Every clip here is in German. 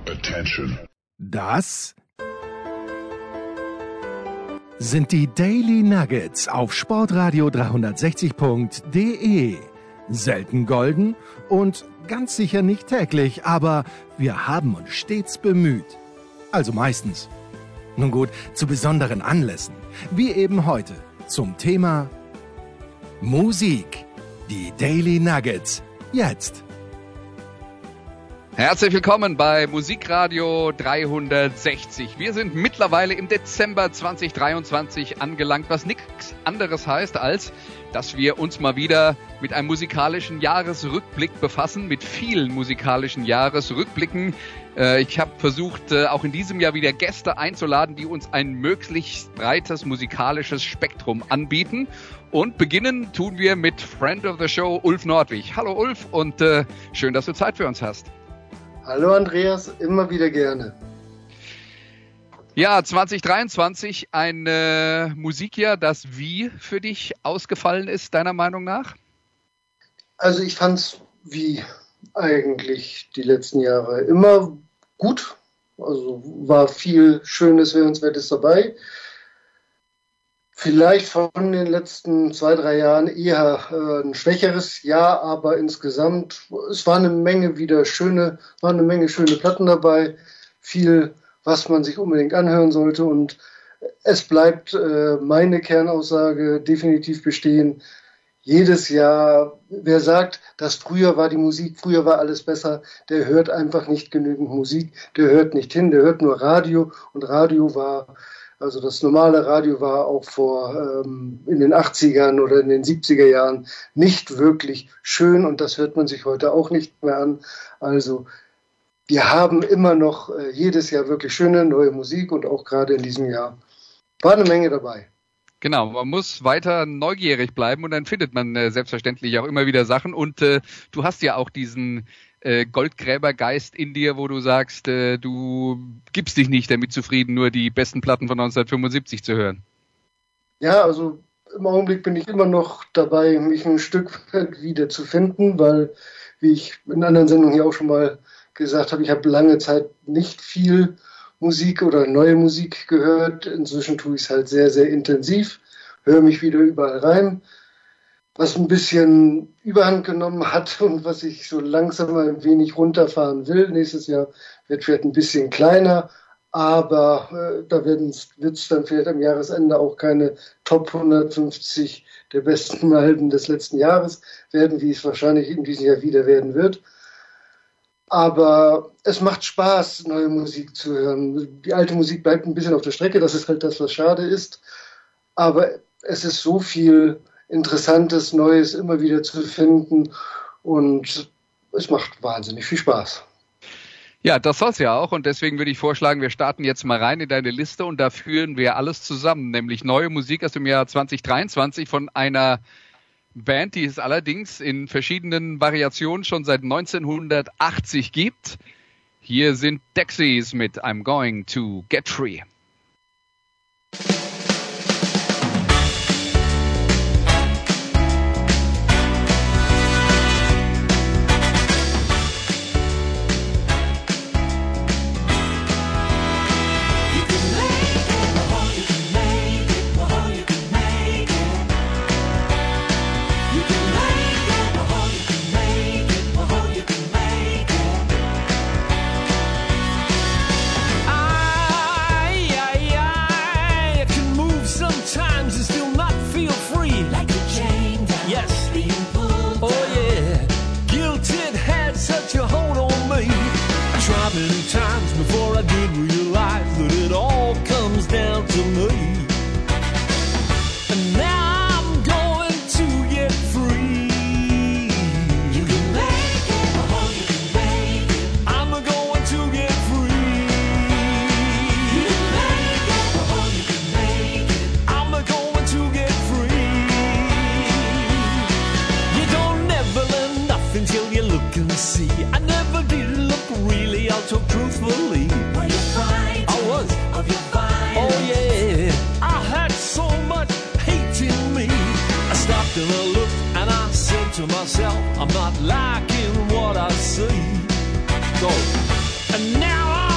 Attention. Das sind die Daily Nuggets auf Sportradio 360.de. Selten golden und ganz sicher nicht täglich, aber wir haben uns stets bemüht. Also meistens. Nun gut, zu besonderen Anlässen, wie eben heute, zum Thema Musik. Die Daily Nuggets, jetzt. Herzlich willkommen bei Musikradio 360. Wir sind mittlerweile im Dezember 2023 angelangt, was nichts anderes heißt, als dass wir uns mal wieder mit einem musikalischen Jahresrückblick befassen, mit vielen musikalischen Jahresrückblicken. Ich habe versucht, auch in diesem Jahr wieder Gäste einzuladen, die uns ein möglichst breites musikalisches Spektrum anbieten. Und beginnen tun wir mit Friend of the Show, Ulf Nordwig. Hallo Ulf und schön, dass du Zeit für uns hast. Hallo Andreas, immer wieder gerne. Ja, 2023, ein Musikjahr, das wie für dich ausgefallen ist, deiner Meinung nach? Also ich fand's wie eigentlich die letzten Jahre immer gut. Also war viel Schönes, Hörenswertes dabei. Vielleicht von den letzten 2-3 Jahren eher ein schwächeres Jahr, aber insgesamt, es war eine Menge schöne Platten dabei, viel, was man sich unbedingt anhören sollte, und es bleibt meine Kernaussage definitiv bestehen. Jedes Jahr, wer sagt, dass früher war die Musik, früher war alles besser, der hört einfach nicht genügend Musik, der hört nicht hin, der hört nur Radio, und also das normale Radio war auch in den 80ern oder in den 70er Jahren nicht wirklich schön, und das hört man sich heute auch nicht mehr an. Also wir haben immer noch jedes Jahr wirklich schöne neue Musik, und auch gerade in diesem Jahr war eine Menge dabei. Genau, man muss weiter neugierig bleiben, und dann findet man selbstverständlich auch immer wieder Sachen, und du hast ja auch diesen Goldgräbergeist in dir, wo du sagst, du gibst dich nicht damit zufrieden, nur die besten Platten von 1975 zu hören. Ja, also im Augenblick bin ich immer noch dabei, mich ein Stück wieder zu finden, weil, wie ich in anderen Sendungen hier auch schon mal gesagt habe, ich habe lange Zeit nicht viel Musik oder neue Musik gehört. Inzwischen tue ich es halt sehr, sehr intensiv, höre mich wieder überall rein. Was ein bisschen Überhand genommen hat und was ich so langsam ein wenig runterfahren will. Nächstes Jahr wird vielleicht ein bisschen kleiner, aber da wird es dann vielleicht am Jahresende auch keine Top 150 der besten Alben des letzten Jahres werden, wie es wahrscheinlich in diesem Jahr wieder werden wird. Aber es macht Spaß, neue Musik zu hören. Die alte Musik bleibt ein bisschen auf der Strecke, das ist halt das, was schade ist. Aber es ist so viel Interessantes, Neues immer wieder zu finden, und es macht wahnsinnig viel Spaß. Ja, das soll's ja auch, und deswegen würde ich vorschlagen, wir starten jetzt mal rein in deine Liste, und da führen wir alles zusammen, nämlich neue Musik aus dem Jahr 2023 von einer Band, die es allerdings in verschiedenen Variationen schon seit 1980 gibt. Hier sind Dexys mit I'm Going to Get Free. Times before I did realize that it all comes down to me. And now I'm going to get free. You can make it, oh, you can make it. I'm going to get free. You can make it, oh, you can make it. I'm going to get free. You don't never learn nothing till you look and see. I never did look really, I'll talk truthfully. Were you frightened? I was. Of your violence? Oh yeah. I had so much hate in me. I stopped and I looked and I said to myself, I'm not liking what I see. So, and now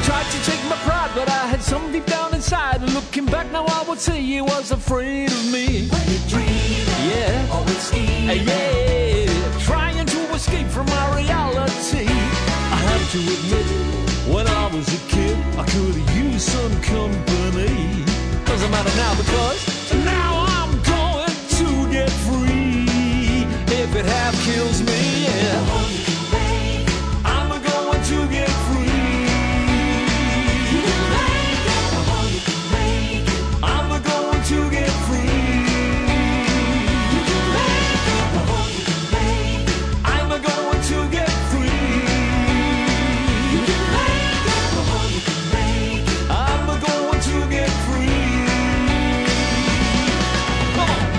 tried to take my pride, but I had some deep down inside. And looking back now, I would say he was afraid of me. When you're dreaming, Yeah. always scheming. Yeah, trying to escape from my reality. I have to admit, when I was a kid, I could have used some company. Doesn't matter now because now I'm going to get free. If it half kills me, yeah, All you can make, I'm going to get free. you can make it. All you can make, I'm going to get free. you can make it. All you can make, I'm going to get free. you can make it. All you can make, I'm going to get free. Come on.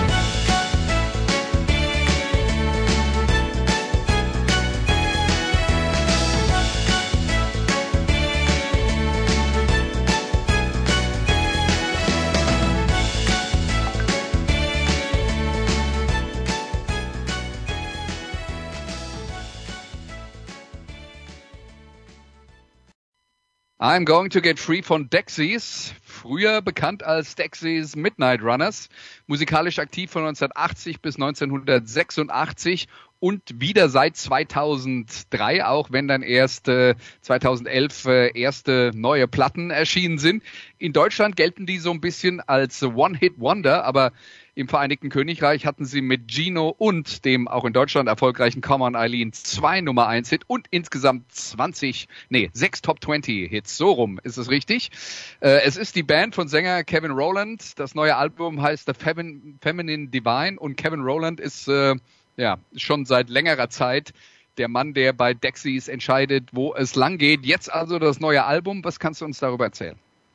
I'm Going to Get Free von Dexys, früher bekannt als Dexys Midnight Runners, musikalisch aktiv von 1980 bis 1986 und wieder seit 2003, auch wenn dann erst 2011 erste neue Platten erschienen sind. In Deutschland gelten die so ein bisschen als One-Hit-Wonder, aber im Vereinigten Königreich hatten sie mit Gino und dem auch in Deutschland erfolgreichen Come on Eileen 2 Nummer 1 Hit und insgesamt 6 Top 20 Hits. So rum ist es richtig. Es ist die Band von Sänger Kevin Rowland. Das neue Album heißt The Feminine Divine und Kevin Rowland ist schon seit längerer Zeit der Mann, der bei Dexys entscheidet, wo es lang geht. Jetzt also das neue Album. Was kannst du uns darüber erzählen?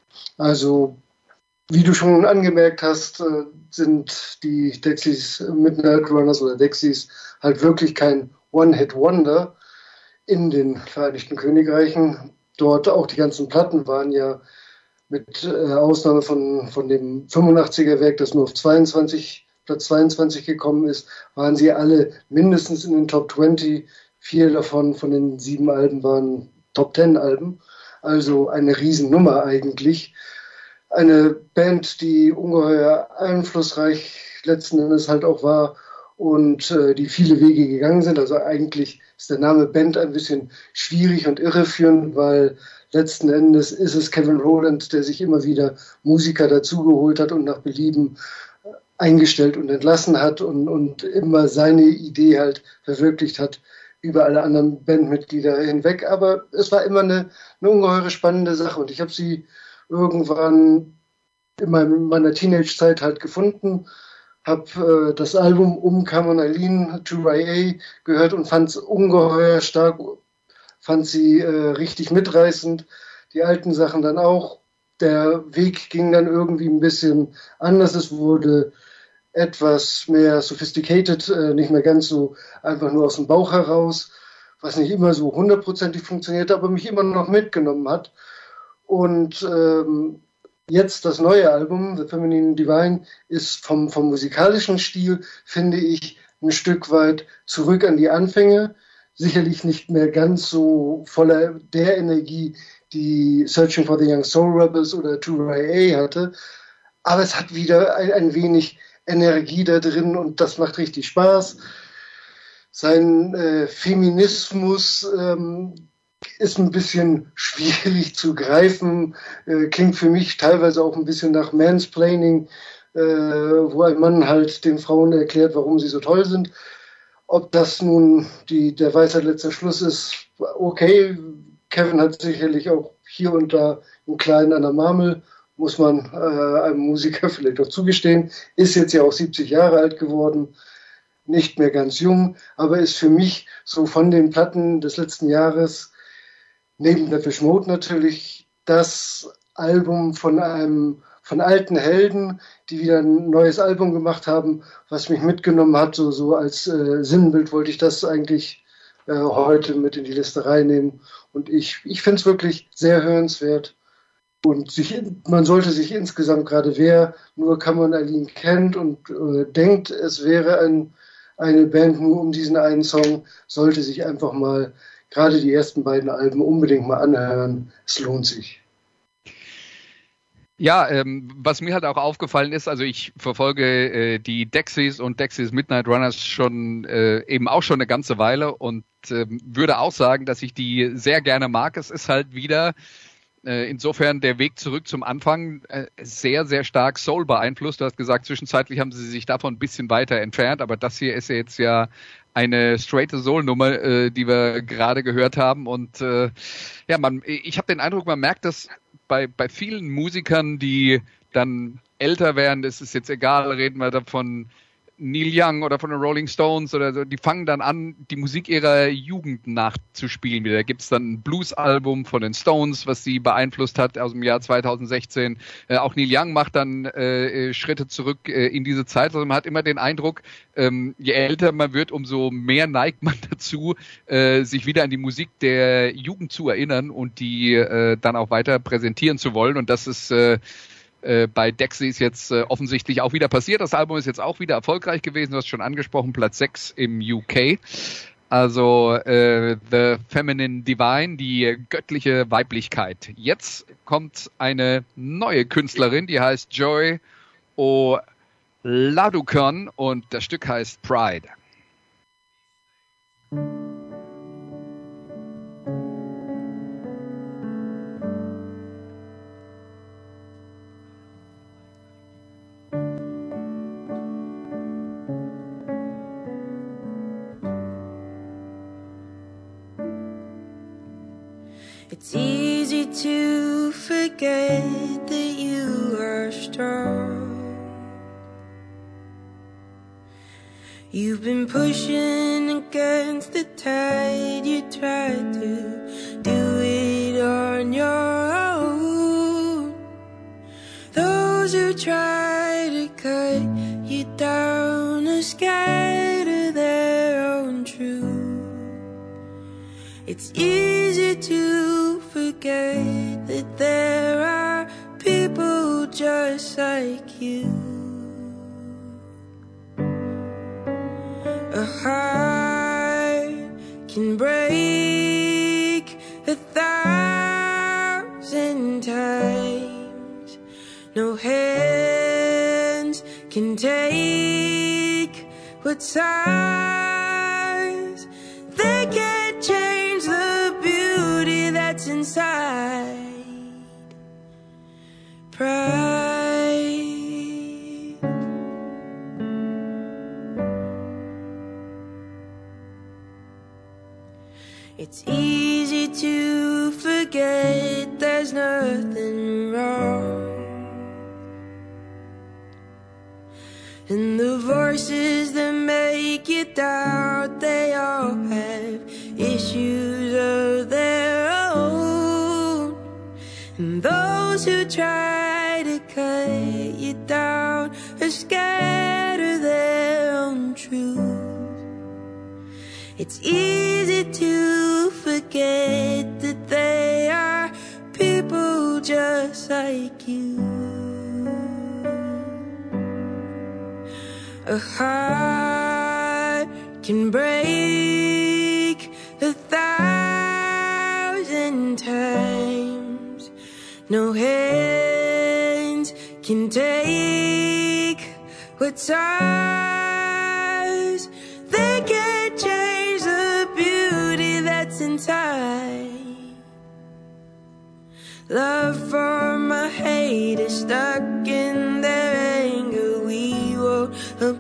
Also, wie du schon angemerkt hast, sind die Dexys Midnight Runners oder Dexys halt wirklich kein One-Hit-Wonder in den Vereinigten Königreichen. Dort auch die ganzen Platten waren ja mit Ausnahme von dem 85er Werk, das nur auf Platz 22 gekommen ist, waren sie alle mindestens in den Top 20. 4 davon von den 7 Alben waren Top 10 Alben. Also eine Riesennummer eigentlich. Eine Band, die ungeheuer einflussreich letzten Endes halt auch war und die viele Wege gegangen sind. Also eigentlich ist der Name Band ein bisschen schwierig und irreführend, weil letzten Endes ist es Kevin Rowland, der sich immer wieder Musiker dazugeholt hat und nach Belieben eingestellt und entlassen hat und immer seine Idee halt verwirklicht hat über alle anderen Bandmitglieder hinweg. Aber es war immer eine ungeheure spannende Sache und ich habe sie irgendwann in meiner Teenage-Zeit halt gefunden, habe das Album um Come on Eileen, 2YA gehört und fand es ungeheuer stark, fand sie richtig mitreißend, die alten Sachen dann auch. Der Weg ging dann irgendwie ein bisschen anders, es wurde etwas mehr sophisticated, nicht mehr ganz so einfach nur aus dem Bauch heraus, was nicht immer so 100%ig funktioniert, aber mich immer noch mitgenommen hat. Und jetzt das neue Album, The Feminine Divine, ist vom musikalischen Stil, finde ich, ein Stück weit zurück an die Anfänge. Sicherlich nicht mehr ganz so voller der Energie, die Searching for the Young Soul Rebels oder 2YA hatte. Aber es hat wieder ein wenig Energie da drin und das macht richtig Spaß. Sein Feminismus ist ein bisschen schwierig zu greifen, klingt für mich teilweise auch ein bisschen nach Mansplaining, wo ein Mann halt den Frauen erklärt, warum sie so toll sind. Ob das nun der Weisheit letzter Schluss ist, okay, Kevin hat sicherlich auch hier und da einen kleinen an der Marmel, muss man einem Musiker vielleicht auch zugestehen, ist jetzt ja auch 70 Jahre alt geworden, nicht mehr ganz jung, aber ist für mich so von den Platten des letzten Jahres neben Depeche Mode natürlich das Album von alten Helden, die wieder ein neues Album gemacht haben, was mich mitgenommen hat, so als Sinnbild wollte ich das eigentlich heute mit in die Liste reinnehmen. Und ich finde es wirklich sehr hörenswert. Und man sollte sich insgesamt, gerade wer nur Come on Eileen kennt und denkt, es wäre eine Band nur um diesen einen Song, sollte sich einfach mal gerade die ersten beiden Alben unbedingt mal anhören. Es lohnt sich. Ja, was mir halt auch aufgefallen ist, also ich verfolge die Dexys und Dexys Midnight Runners schon eben auch schon eine ganze Weile und würde auch sagen, dass ich die sehr gerne mag. Es ist halt wieder insofern der Weg zurück zum Anfang sehr, sehr stark Soul beeinflusst. Du hast gesagt, zwischenzeitlich haben sie sich davon ein bisschen weiter entfernt, aber das hier ist ja jetzt ja eine straighte Soul-Nummer, die wir gerade gehört haben. Und ja, ich habe den Eindruck, man merkt das bei vielen Musikern, die dann älter werden, ist es jetzt egal, reden wir da von Neil Young oder von den Rolling Stones oder so, die fangen dann an, die Musik ihrer Jugend nachzuspielen wieder. Da gibt's dann ein Blues-Album von den Stones, was sie beeinflusst hat aus dem Jahr 2016. Auch Neil Young macht dann Schritte zurück in diese Zeit. Also man hat immer den Eindruck, je älter man wird, umso mehr neigt man dazu, sich wieder an die Musik der Jugend zu erinnern und die dann auch weiter präsentieren zu wollen. Und das ist bei Dexy ist jetzt offensichtlich auch wieder passiert. Das Album ist jetzt auch wieder erfolgreich gewesen. Du hast schon angesprochen, Platz 6 im UK. Also The Feminine Divine, die göttliche Weiblichkeit. Jetzt kommt eine neue Künstlerin, die heißt Joy Oladukan und das Stück heißt Pride. It's easy to forget that you are strong. You've been pushing against the tide. You tried to do it on your own. Those who try to cut you down are scared of their own truth. It's easy to forget that there are people just like you. A heart can break 1,000 times. No hands can take what's ours. They can't change the beauty that's inside. Pride. It's easy to forget there's nothing wrong. And the voices that make you doubt, they all have issues of their own. And those who try to cut you down are scared of their own truth. It's easy to forget that they are people just like you. A heart can break 1,000 times. No hands can take what's ours. They can't change the beauty that's inside. Love for my hate is stuck in their anger. We won't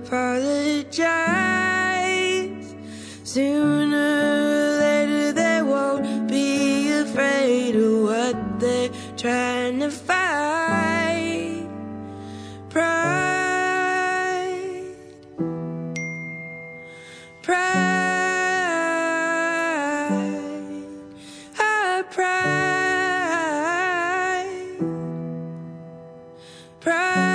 apologize. Sooner or later they won't be afraid of what they're trying to fight. Pride. Pride. Our pride. Pride.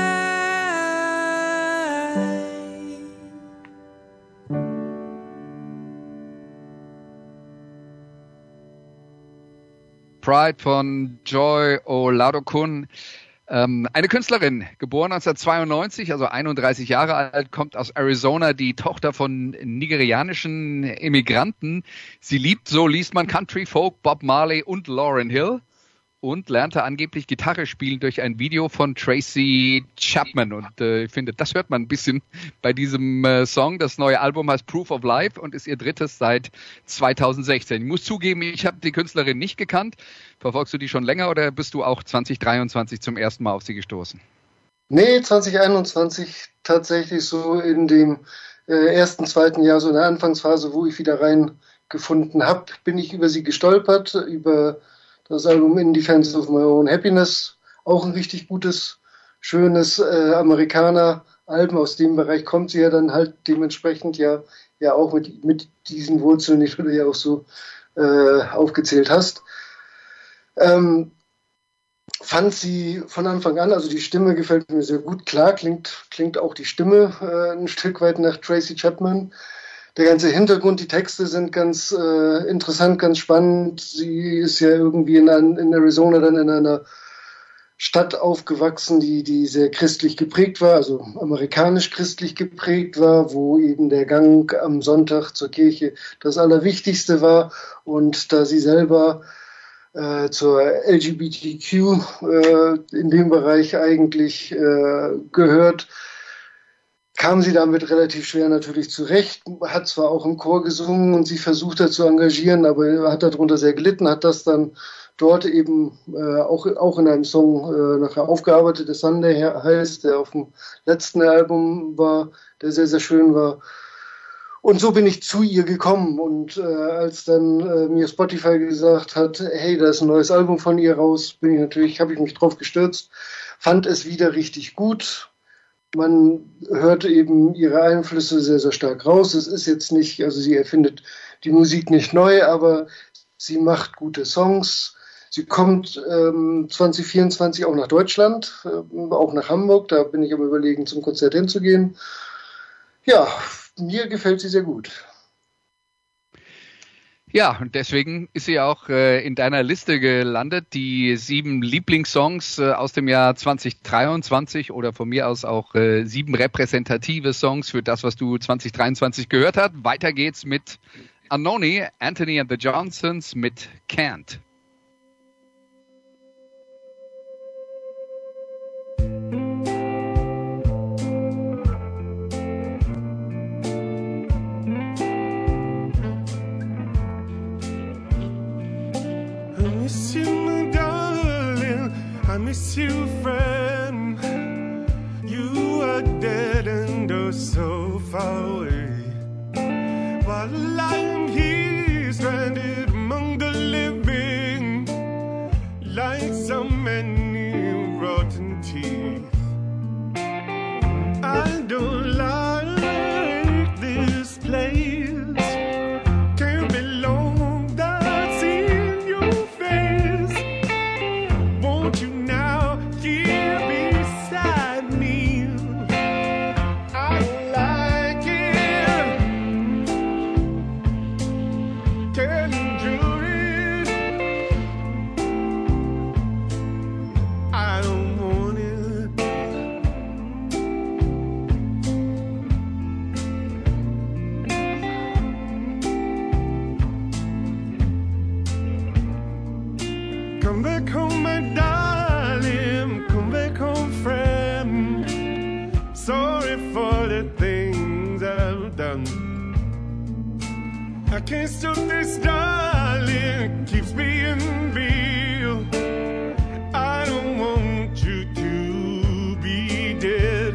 Pride von Joy Oladukan. Eine Künstlerin, geboren 1992, also 31 Jahre alt, kommt aus Arizona, die Tochter von nigerianischen Immigranten. Sie liebt, so liest man, Country, Folk, Bob Marley und Lauryn Hill und lernte angeblich Gitarre spielen durch ein Video von Tracy Chapman. Und ich finde, das hört man ein bisschen bei diesem Song. Das neue Album heißt Proof of Life und ist ihr drittes seit 2016. Ich muss zugeben, ich habe die Künstlerin nicht gekannt. Verfolgst du die schon länger oder bist du auch 2023 zum ersten Mal auf sie gestoßen? Nee, 2021 tatsächlich so in dem ersten, zweiten Jahr, so in der Anfangsphase, wo ich wieder reingefunden habe, bin ich über sie gestolpert, über das Album In Defense of My Own Happiness, auch ein richtig gutes, schönes Amerikaner-Album. Aus dem Bereich kommt sie ja dann halt dementsprechend ja auch mit diesen Wurzeln, die du ja auch so aufgezählt hast. Fand sie von Anfang an, also die Stimme gefällt mir sehr gut. Klar, klingt auch die Stimme ein Stück weit nach Tracy Chapman. Der ganze Hintergrund, die Texte sind ganz interessant, ganz spannend. Sie ist ja irgendwie in Arizona dann in einer Stadt aufgewachsen, die sehr christlich geprägt war, also amerikanisch christlich geprägt war, wo eben der Gang am Sonntag zur Kirche das Allerwichtigste war. Und da sie selber zur LGBTQ in dem Bereich eigentlich gehört, kam sie damit relativ schwer natürlich zurecht, hat zwar auch im Chor gesungen und sich versucht hat zu engagieren, aber hat darunter sehr gelitten, hat das dann dort eben auch in einem Song nachher aufgearbeitet, der Sunday heißt, der auf dem letzten Album war, der sehr, sehr schön war. Und so bin ich zu ihr gekommen und als dann mir Spotify gesagt hat, hey, da ist ein neues Album von ihr raus, habe ich mich drauf gestürzt, fand es wieder richtig gut. Man hört eben ihre Einflüsse sehr, sehr stark raus. Es ist jetzt nicht, also sie erfindet die Musik nicht neu, aber sie macht gute Songs. Sie kommt 2024 auch nach Deutschland, auch nach Hamburg. Da bin ich am Überlegen, zum Konzert hinzugehen. Ja, mir gefällt sie sehr gut. Ja, und deswegen ist sie auch in deiner Liste gelandet, die 7 Lieblingssongs aus dem Jahr 2023 oder von mir aus auch 7 repräsentative Songs für das, was du 2023 gehört hast. Weiter geht's mit Anoni, Anthony and the Johnsons mit Can't. I miss you, my darling. I miss you, friend. You are dead and oh so far away. While I am here, stranded among the living, like so many rotten teeth. I don't like this place. Can't belong. That's in your face. Won't you now here beside me? I don't like it. Can't endure it. I don't want it. Come back home, my darling. Come back home, friend. Sorry for the things I've done. I can't stop this, darling. It keeps being real. I don't want you to be dead.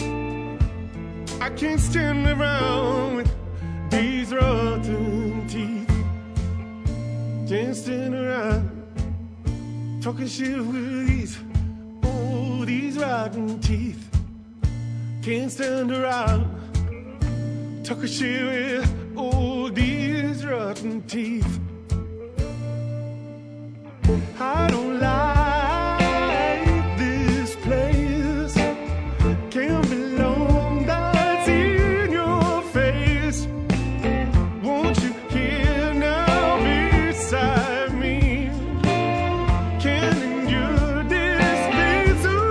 I can't stand around with these rotten teeth. Can't stand around talking shit with these rotten teeth. Can't stand around talking shit with these rotten teeth. I don't like this place. Can't belong. That's in your face. Won't you hear now beside me? Can't endure this place.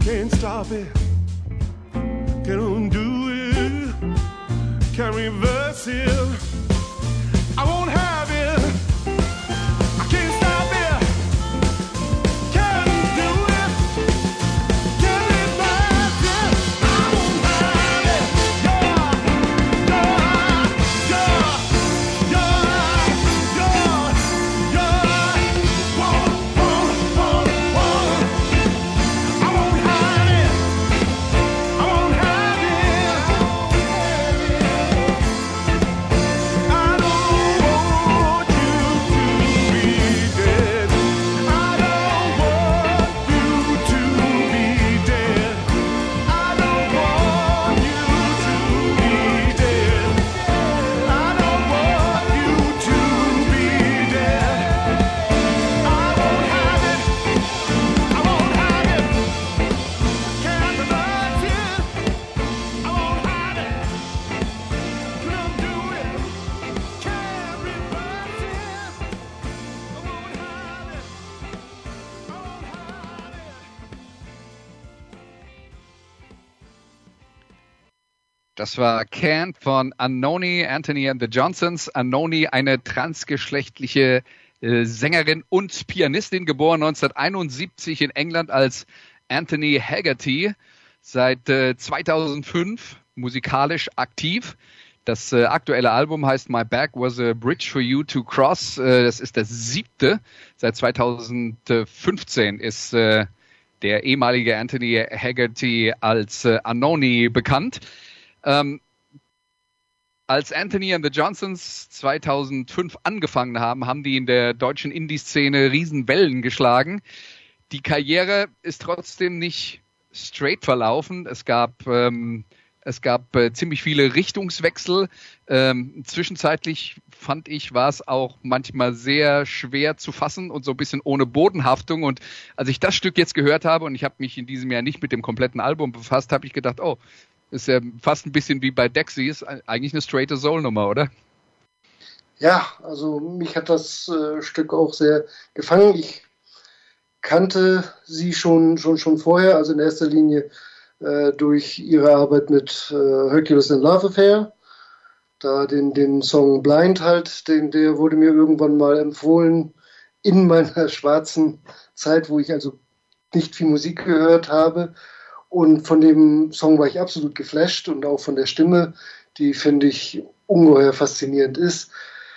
Can't stop it, can't undo it, can't reverse it. I won't have it. I can't stop it, can't undo it, can't reverse it. I won't have it. Das war Can't von Unknowny, Anthony and the Johnsons. Unknowny, eine transgeschlechtliche Sängerin und Pianistin, geboren 1971 in England als Anthony Haggerty, seit 2005 musikalisch aktiv. Das aktuelle Album heißt My Back Was a Bridge for You to Cross. Das ist das 7. Seit 2015 ist der ehemalige Anthony Haggerty als Unknowny bekannt. Als Anthony and the Johnsons 2005 angefangen haben, haben die in der deutschen Indie-Szene Riesenwellen geschlagen. Die Karriere ist trotzdem nicht straight verlaufen. Es gab ziemlich viele Richtungswechsel. Zwischenzeitlich fand ich, war es auch manchmal sehr schwer zu fassen und so ein bisschen ohne Bodenhaftung. Und als ich das Stück jetzt gehört habe, und ich habe mich in diesem Jahr nicht mit dem kompletten Album befasst, habe ich gedacht, oh, ist ja fast ein bisschen wie bei Dexys, eigentlich eine straighte Soul-Nummer, oder? Ja, also mich hat das Stück auch sehr gefangen. Ich kannte sie schon vorher, also in erster Linie durch ihre Arbeit mit Hercules and Love Affair. Da den Song Blind halt, der wurde mir irgendwann mal empfohlen in meiner schwarzen Zeit, wo ich also nicht viel Musik gehört habe. Und von dem Song war ich absolut geflasht und auch von der Stimme, die, finde ich, ungeheuer faszinierend ist.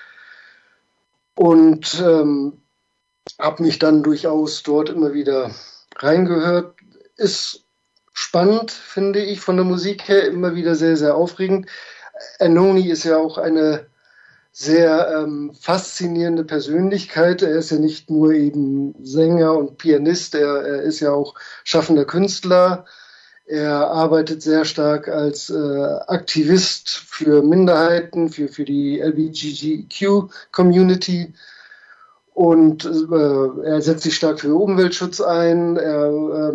Und habe mich dann durchaus dort immer wieder reingehört. Ist spannend, finde ich, von der Musik her, immer wieder sehr, sehr aufregend. Unknowny ist ja auch eine sehr faszinierende Persönlichkeit. Er ist ja nicht nur eben Sänger und Pianist, er ist ja auch schaffender Künstler. Er arbeitet sehr stark als Aktivist für Minderheiten, für die LGBTQ-Community. Und er setzt sich stark für Umweltschutz ein. Er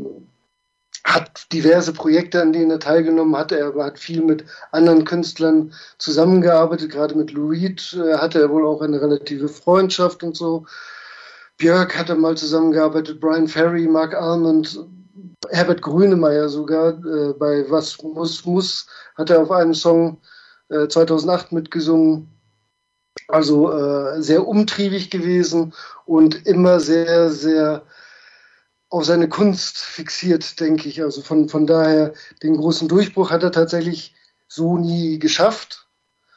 hat diverse Projekte, an denen er teilgenommen hat. Er hat viel mit anderen Künstlern zusammengearbeitet. Gerade mit Lou Reed hatte er wohl auch eine relative Freundschaft und so. Björk hat er mal zusammengearbeitet, Brian Ferry, Mark Almond, Herbert Grönemeyer sogar. Bei Was muss hat er auf einem Song 2008 mitgesungen. Also sehr umtriebig gewesen und immer sehr, sehr auf seine Kunst fixiert, denke ich. Also von daher, den großen Durchbruch hat er tatsächlich so nie geschafft.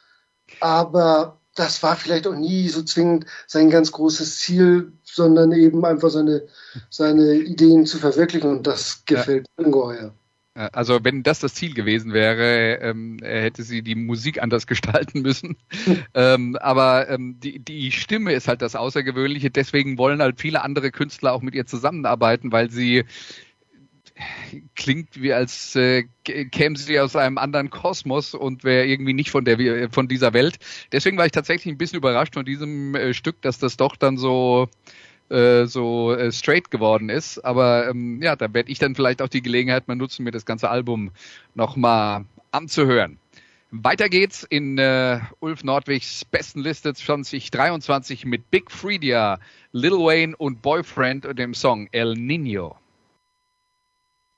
Aber das war vielleicht auch nie so zwingend sein ganz großes Ziel, sondern eben einfach seine Ideen zu verwirklichen. Und das gefällt mir ungeheuer. Also wenn das Ziel gewesen wäre, hätte sie die Musik anders gestalten müssen. Aber die Stimme ist halt das Außergewöhnliche. Deswegen wollen halt viele andere Künstler auch mit ihr zusammenarbeiten, weil sie klingt wie als käme sie aus einem anderen Kosmos und wäre irgendwie nicht von dieser Welt. Deswegen war ich tatsächlich ein bisschen überrascht von diesem Stück, dass das doch dann so straight geworden ist. Aber ja, da werde ich dann vielleicht auch die Gelegenheit mal nutzen, mir das ganze Album nochmal anzuhören. Weiter geht's in Ulf Nordwigs Bestenliste 2023 mit Big Freedia, Lil Wayne und Boyfriend und dem Song El Niño.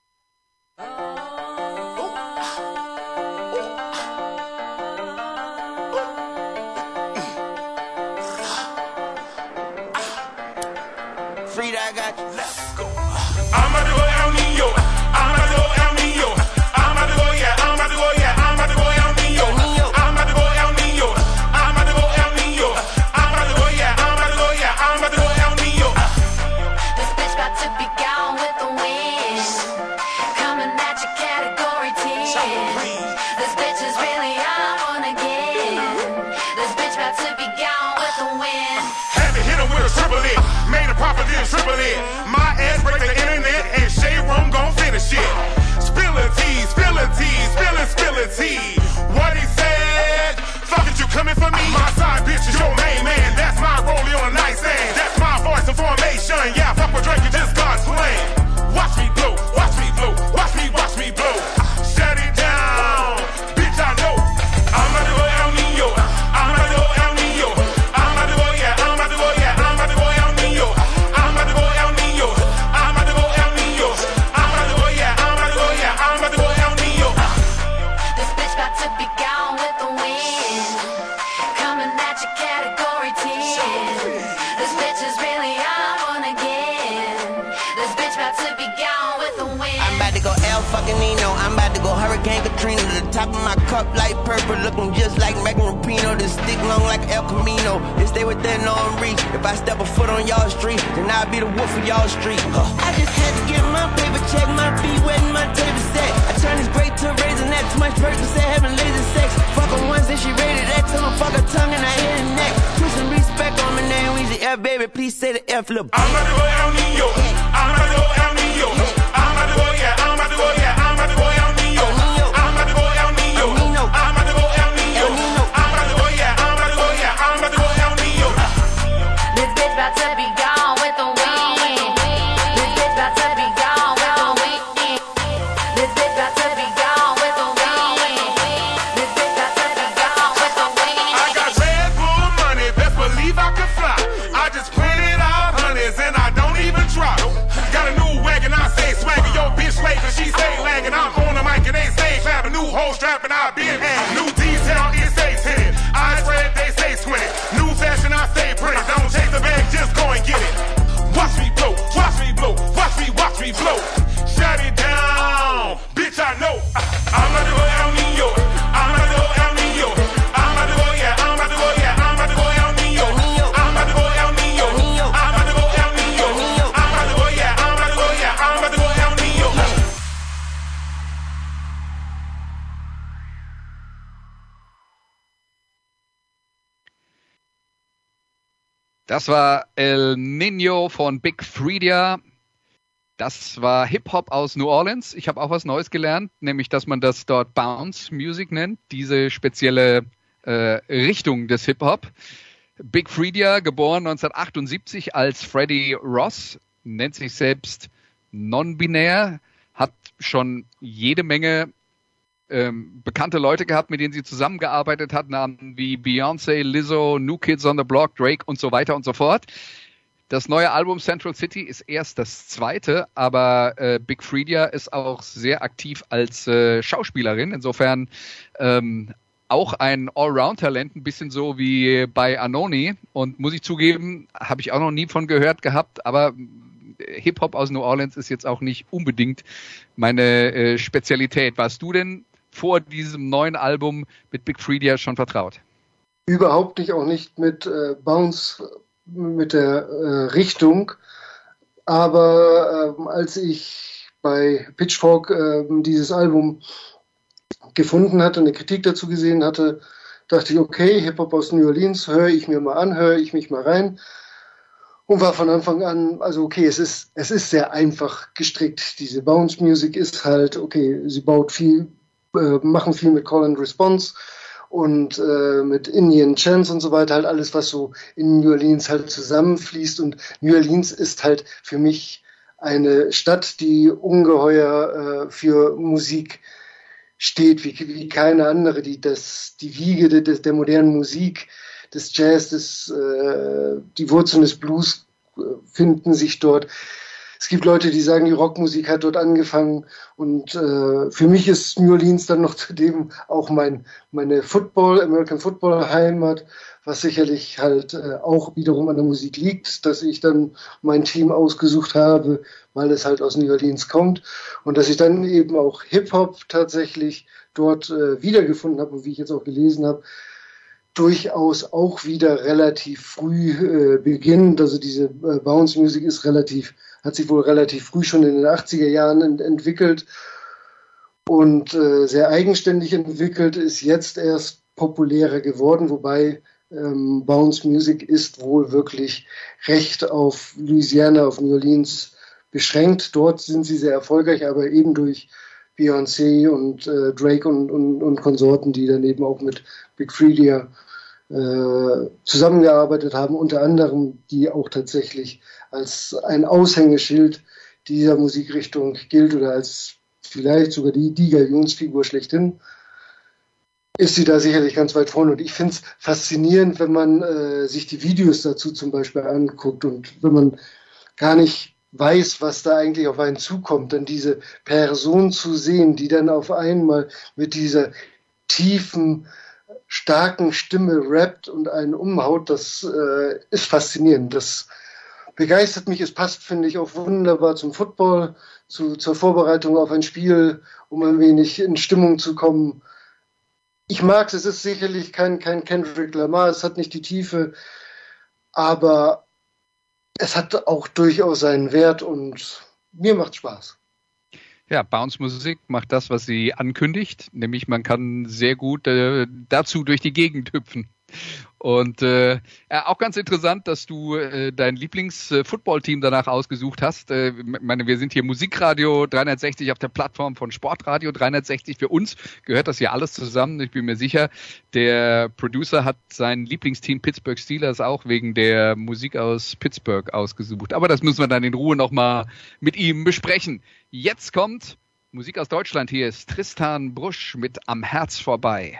gone with the wind. Had to hit him with a triple it. Made a profit, then triple it. My ass break the internet and Shade Room gon' finish it. Spill a tea, spill a tea, spill a tea. What he said? Fuck it, you coming for me? My side bitch is your main man. That's my rollie on a nice end. That's my voice and formation. Yeah, fuck with Drake, you just God's playing. Watch me blow, watch me blow, watch me blow. Shut it down, bitch, I know. I'm about to go El Nino. I'm about to go El Nino. I'm about to go, yeah, I'm about to go, yeah, I'm about to go El Nino. I'm about to go El Nino. I'm about to go El Nino. I'm about to go, yeah, I'm about to go, yeah, I'm about to go El Nino. This bitch about to be gone with the wind. Coming at your category 10. This bitch is really on one again. This bitch about to be gone with the wind. I'm about to go El fucking Nino. I'm about to go Hurricane Katrina. To the top of my cup like purple, looking just like Megan Rapinoe. This stick long like El Camino. It stay within arm reach. If I step a foot on y'all street, then I'll be the wolf of y'all street. I just had to get my paper check, my feet wet and my table set. I turn this grape to raisin, that too much Percocet, having lazy sex. Fuck her once and she rated that till I fuck her tongue and I hit her neck. Put some respect on my name, Weezy F, baby, please say the F, lil' I'm about to go El Nino. I'm about to go El Nino. I'm about to go, yeah, I'm about to go, yeah, I'm about to go El Nino. I'm about to go El Nino. I'm about to go El Nino. I'm about to go, yeah, I'm about to go, yeah, I'm about to go El Nino. This bitch about to be gone with the wind. This bitch about to be gone with the wind. This bitch about to be gone with the wind. This bitch about to be gone with the wind. I got Red Bull money, best believe I can fly. I just printed out hundreds and I don't even try. Got a new wagon, I say swaggin', yo bitch late, cause she stay lagging. I'm on the mic and they stay clapping. New hoe strapping, I been hanging. New detail, it stay tinted. Eyes red, they stay squinted. New fashion, I stay printed. Don't chase the bag, just go and get it. Watch me blow, watch me blow, watch me blow. Shut it down, bitch, I know. I'm about to go El Nino. I'm about to go El Nino. I'm about to go, yeah, I'm about to go, yeah, I'm about to go El Nino. I'm about to go El Nino. I'm about to go El Nino. I'm about to go, yeah, I'm about to go, yeah, I'm about to go El Nino. Das war El Nino von Big Freedia. Das war Hip-Hop aus New Orleans. Ich habe auch was Neues gelernt, nämlich, dass man das dort Bounce Music nennt, diese spezielle Richtung des Hip-Hop. Big Freedia, geboren 1978 als Freddie Ross, nennt sich selbst non-binär, hat schon jede Menge bekannte Leute gehabt, mit denen sie zusammengearbeitet hat, Namen wie Beyoncé, Lizzo, New Kids on the Block, Drake und so weiter und so fort. Das neue Album Central City ist erst das zweite, aber Big Freedia ist auch sehr aktiv als Schauspielerin. Insofern auch ein Allround-Talent, ein bisschen so wie bei Anoni. Und muss ich zugeben, habe ich auch noch nie von gehört gehabt, aber Hip-Hop aus New Orleans ist jetzt auch nicht unbedingt meine Spezialität. Warst du denn vor diesem neuen Album mit Big Freedia schon vertraut? Überhaupt nicht, auch nicht mit Bounce, mit der Richtung. Aber als ich bei Pitchfork dieses Album gefunden hatte, eine Kritik dazu gesehen hatte, dachte ich, okay, Hip-Hop aus New Orleans, höre ich mir mal an, höre ich mich mal rein. Und war von Anfang an, also okay, es ist sehr einfach gestrickt. Diese Bounce Music ist halt, okay, sie baut viel, machen viel mit Call and Response und mit Indian Chants und so weiter, halt alles, was so in New Orleans halt zusammenfließt. Und New Orleans ist halt für mich eine Stadt, die ungeheuer für Musik steht, wie keine andere, die Wiege der modernen Musik, des Jazz, die Wurzeln des Blues finden sich dort. Es gibt Leute, die sagen, die Rockmusik hat dort angefangen. Und für mich ist New Orleans dann noch zudem auch meine American Football Heimat, was sicherlich halt auch wiederum an der Musik liegt, dass ich dann mein Team ausgesucht habe, weil es halt aus New Orleans kommt. Und dass ich dann eben auch Hip-Hop tatsächlich dort wiedergefunden habe und wie ich jetzt auch gelesen habe, durchaus auch wieder relativ früh beginnt. Also diese Bounce Music hat sich wohl relativ früh schon in den 80er Jahren entwickelt und sehr eigenständig entwickelt, ist jetzt erst populärer geworden, wobei Bounce Music ist wohl wirklich recht auf Louisiana, auf New Orleans beschränkt. Dort sind sie sehr erfolgreich, aber eben durch Beyoncé und Drake und Konsorten, die dann eben auch mit Big Freedia zusammengearbeitet haben, unter anderem, die auch tatsächlich als ein Aushängeschild dieser Musikrichtung gilt oder als vielleicht sogar die Galionsfigur schlechthin, ist sie da sicherlich ganz weit vorne. Und ich finde es faszinierend, wenn man sich die Videos dazu zum Beispiel anguckt und wenn man gar nicht weiß, was da eigentlich auf einen zukommt, dann diese Person zu sehen, die dann auf einmal mit dieser tiefen, starken Stimme rappt und einen umhaut, das ist faszinierend. Das begeistert mich. Es passt, finde ich, auch wunderbar zum Football, zur Vorbereitung auf ein Spiel, um ein wenig in Stimmung zu kommen. Ich mag es. Es ist sicherlich kein Kendrick Lamar. Es hat nicht die Tiefe, aber es hat auch durchaus seinen Wert und mir macht Spaß. Ja, Bounce Musik macht das, was sie ankündigt, nämlich man kann sehr gut dazu durch die Gegend hüpfen. Und auch ganz interessant, dass du dein Lieblings-Football-Team danach ausgesucht hast. Ich meine, wir sind hier Musikradio 360 auf der Plattform von Sportradio 360. Für uns gehört das ja alles zusammen. Ich bin mir sicher, der Producer hat sein Lieblingsteam Pittsburgh Steelers auch wegen der Musik aus Pittsburgh ausgesucht. Aber das müssen wir dann in Ruhe nochmal mit ihm besprechen. Jetzt kommt Musik aus Deutschland. Hier ist Tristan Brusch mit Am Herz vorbei.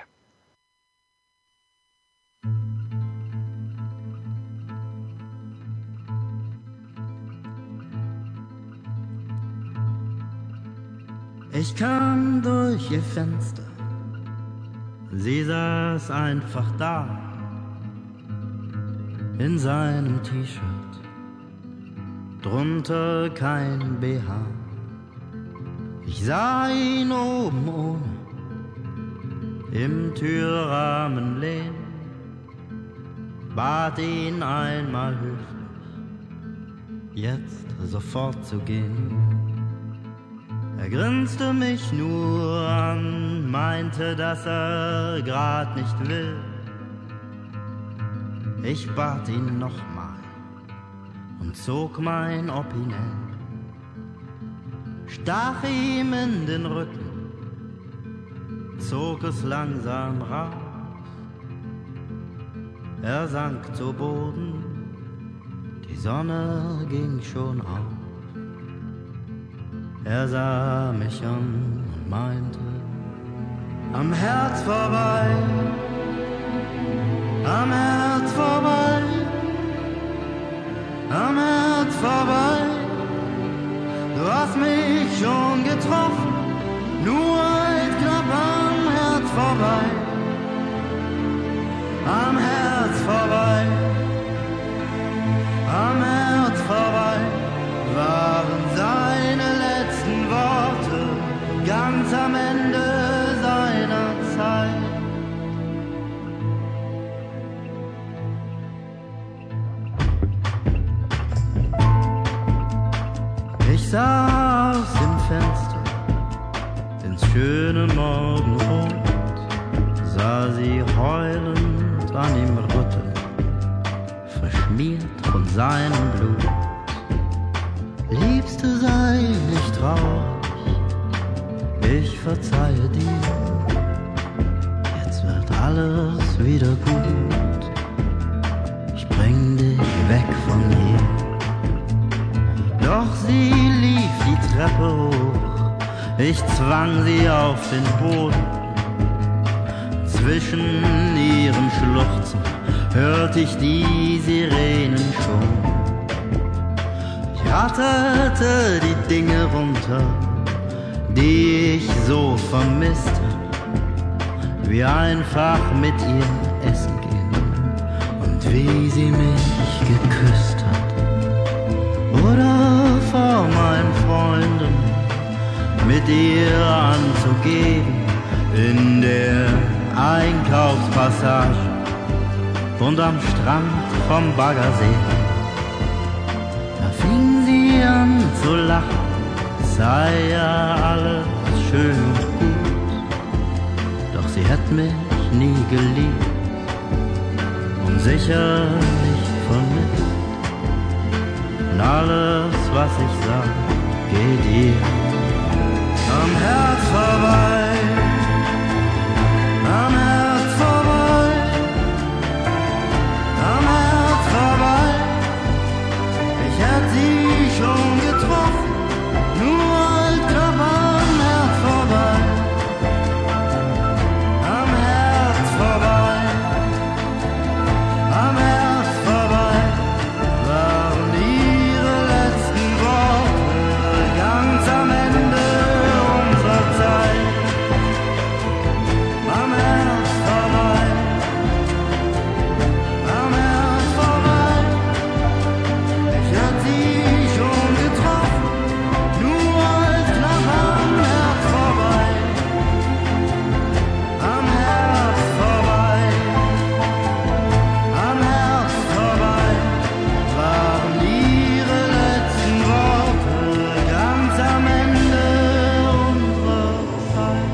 Ich kam durch ihr Fenster, sie saß einfach da, in seinem T-Shirt, drunter kein BH. Ich sah ihn oben ohne, im Türrahmen lehnen, bat ihn einmal höflich, jetzt sofort zu gehen. Er grinste mich nur an, meinte, dass er grad nicht will. Ich bat ihn nochmal und zog mein Opinel, stach ihm in den Rücken, zog es langsam raus. Er sank zu Boden, die Sonne ging schon auf. Er sah mich an und meinte, am Herz vorbei, am Herz vorbei, am Herz vorbei. Du hast mich schon getroffen, nur halt knapp am Herz vorbei, am Herz vorbei, am Herz vorbei, waren seine letzten Worte ganz am Ende seiner Zeit. Ich sah aus dem Fenster ins schöne Morgenrot, sah sie heulend an ihm rütteln, verschmiert von seinem Blut. Liebste, sei nicht traurig, ich verzeihe dir, jetzt wird alles wieder gut, ich bring dich weg von hier. Doch sie lief die Treppe hoch, ich zwang sie auf den Boden, zwischen ihren Schluchzen hörte ich die Sirenen schon. Ratterte die Dinge runter, die ich so vermisste, wie einfach mit ihr essen gehen und wie sie mich geküsst hat. Oder vor meinen Freunden mit ihr anzugehen in der Einkaufspassage und am Strand vom Baggersee. Fing sie an zu lachen, sei ja alles schön und gut, doch sie hat mich nie geliebt und sicher nicht von Mist. Und alles, was ich sag, geht ihr am Herz vorbei. Am Herz vorbei. Am Herz vorbei. Ich hätte sie schon getroffen, nur halt knapp am Herz vorbei. Am Herz vorbei. Am Herz vorbei waren ihre letzten Worte ganz am Ende unserer Zeit. Am Herz vorbei. Am Herz vorbei. Ich hab sie schon getroffen, nur als knapp am Herz vorbei. Am Herz vorbei. Am Herz vorbei waren ihre letzten Worte ganz am Ende unserer Zeit.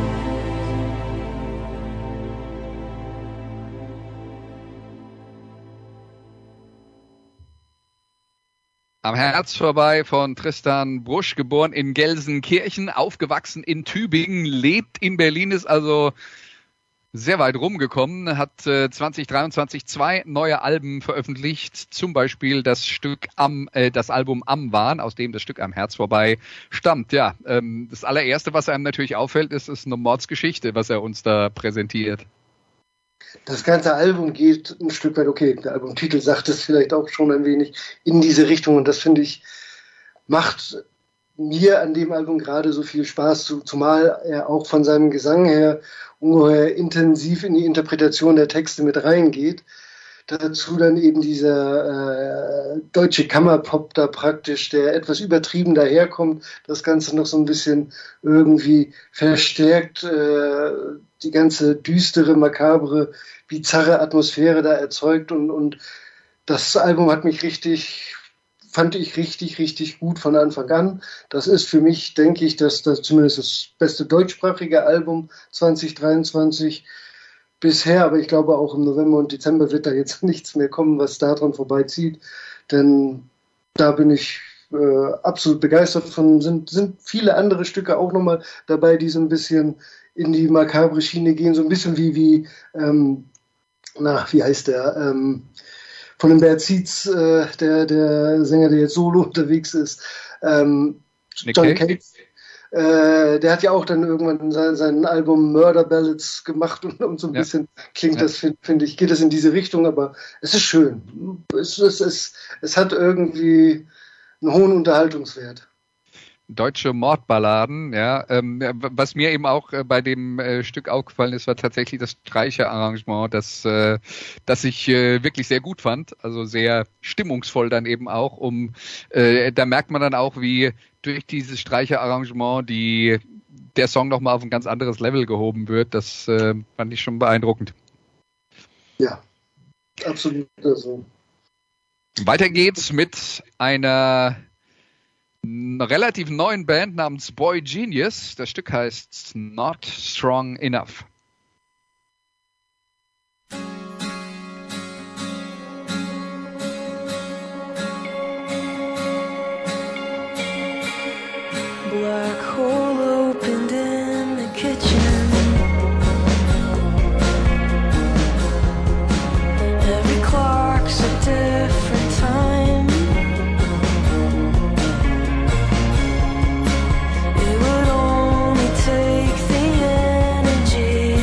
Am Herz vorbei von Tristan Brusch, geboren in Gelsenkirchen, aufgewachsen in Tübingen, lebt in Berlin, ist also sehr weit rumgekommen, hat 2023 2 neue Alben veröffentlicht, zum Beispiel das Album Am Wahn, aus dem das Stück Am Herz vorbei stammt. Ja, das allererste, was einem natürlich auffällt, ist eine Mordsgeschichte, was er uns da präsentiert. Das ganze Album geht ein Stück weit, okay, der Albumtitel sagt es vielleicht auch schon ein wenig, in diese Richtung. Und das, finde ich, macht mir an dem Album gerade so viel Spaß, zumal er auch von seinem Gesang her ungeheuer intensiv in die Interpretation der Texte mit reingeht. Dazu dann eben dieser deutsche Kammerpop da praktisch, der etwas übertrieben daherkommt, das Ganze noch so ein bisschen irgendwie verstärkt, die ganze düstere, makabre, bizarre Atmosphäre da erzeugt und das Album hat mich fand ich richtig gut von Anfang an. Das ist für mich, denke ich, das zumindest das beste deutschsprachige Album 2023 bisher, aber ich glaube auch im November und Dezember wird da jetzt nichts mehr kommen, was daran vorbeizieht, denn da bin ich absolut begeistert von. Sind viele andere Stücke auch nochmal dabei, die so ein bisschen in die makabre Schiene gehen, so ein bisschen wie heißt der, von dem Bad Seeds, der Sänger, der jetzt solo unterwegs ist, John Cage. Der hat ja auch dann irgendwann sein Album Murder Ballads gemacht und so ein bisschen klingt das, finde ich, geht es in diese Richtung, aber es ist schön. Es hat irgendwie einen hohen Unterhaltungswert. Deutsche Mordballaden, ja. Was mir eben auch bei dem Stück aufgefallen ist, war tatsächlich das Streicherarrangement, das ich wirklich sehr gut fand, also sehr stimmungsvoll dann eben auch. Da merkt man dann auch, wie durch dieses Streicherarrangement der Song nochmal auf ein ganz anderes Level gehoben wird. Das fand ich schon beeindruckend. Ja, absolut. Also. Weiter geht's mit einer relativ neuen Band namens Boy Genius. Das Stück heißt Not Strong Enough. Black hole opened in the kitchen. Every clock's a different time. It would only take the energy